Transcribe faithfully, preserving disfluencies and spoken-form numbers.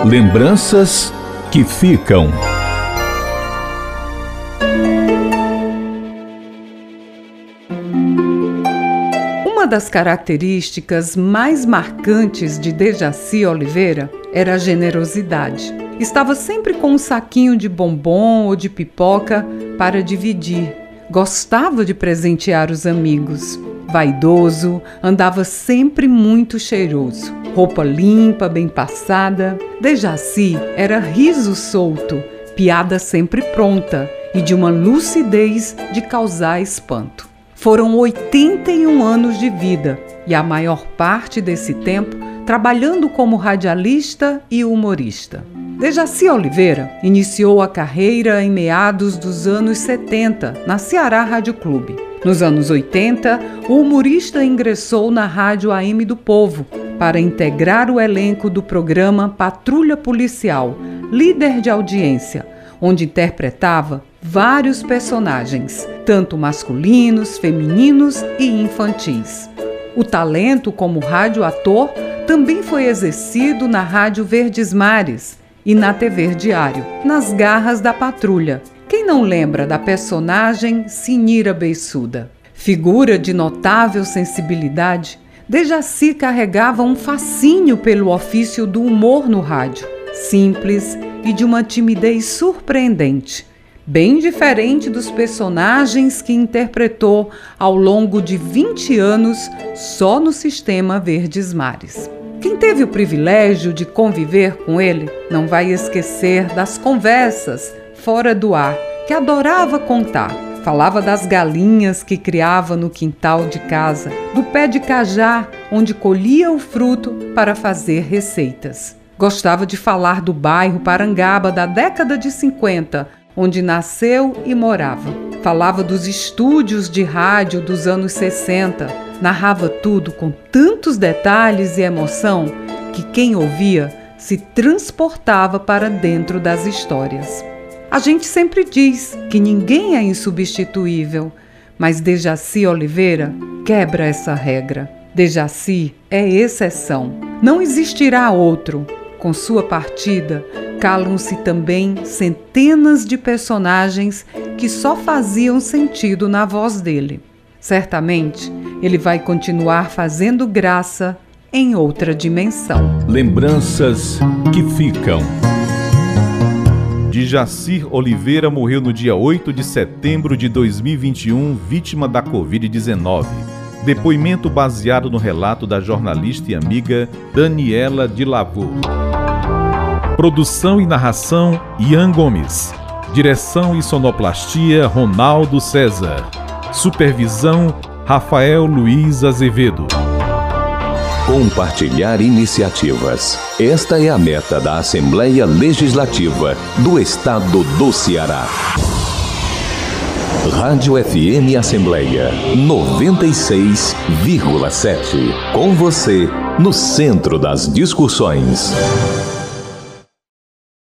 Lembranças que ficam. Uma das características mais marcantes de Dejaci Oliveira era a generosidade. Estava sempre com um saquinho de bombom ou de pipoca para dividir. Gostava de presentear os amigos. Vaidoso, andava sempre muito cheiroso. Roupa limpa, bem passada. Dejaci era riso solto, piada sempre pronta e de uma lucidez de causar espanto. Foram oitenta e um anos de vida e a maior parte desse tempo trabalhando como radialista e humorista. Dejaci Oliveira iniciou a carreira em meados dos anos setenta na Ceará Rádio Clube. Nos anos oitenta, o humorista ingressou na Rádio A M do Povo para integrar o elenco do programa Patrulha Policial, líder de audiência, onde interpretava vários personagens, tanto masculinos, femininos e infantis. O talento como rádio-ator também foi exercido na Rádio Verdes Mares e na T V Diário, nas garras da patrulha. Quem não lembra da personagem Sinira Beiçuda? Figura de notável sensibilidade, Dejaci carregava um fascínio pelo ofício do humor no rádio, simples e de uma timidez surpreendente, bem diferente dos personagens que interpretou ao longo de vinte anos só no sistema Verdes Mares. Quem teve o privilégio de conviver com ele não vai esquecer das conversas fora do ar que adorava contar. Falava das galinhas que criava no quintal de casa, do pé de cajá onde colhia o fruto para fazer receitas. Gostava de falar do bairro Parangaba da década de cinquenta, onde nasceu e morava. Falava dos estúdios de rádio dos anos sessenta. Narrava tudo com tantos detalhes e emoção que quem ouvia se transportava para dentro das histórias. A gente sempre diz que ninguém é insubstituível, mas Dejaci Oliveira quebra essa regra. Dejaci é exceção. Não existirá outro. Com sua partida, calam-se também centenas de personagens que só faziam sentido na voz dele. Certamente, ele vai continuar fazendo graça em outra dimensão. Lembranças que ficam. Dejaci Oliveira morreu no dia oito de setembro de dois mil e vinte e um, vítima da covid dezenove. Depoimento baseado no relato da jornalista e amiga Daniela de Lavaux. Produção e narração, Ian Gomes. Direção e sonoplastia, Ronaldo César. Supervisão, Rafael Luiz Azevedo. Compartilhar iniciativas. Esta é a meta da Assembleia Legislativa do Estado do Ceará. Rádio F M Assembleia noventa e seis vírgula sete. Com você, no centro das discussões.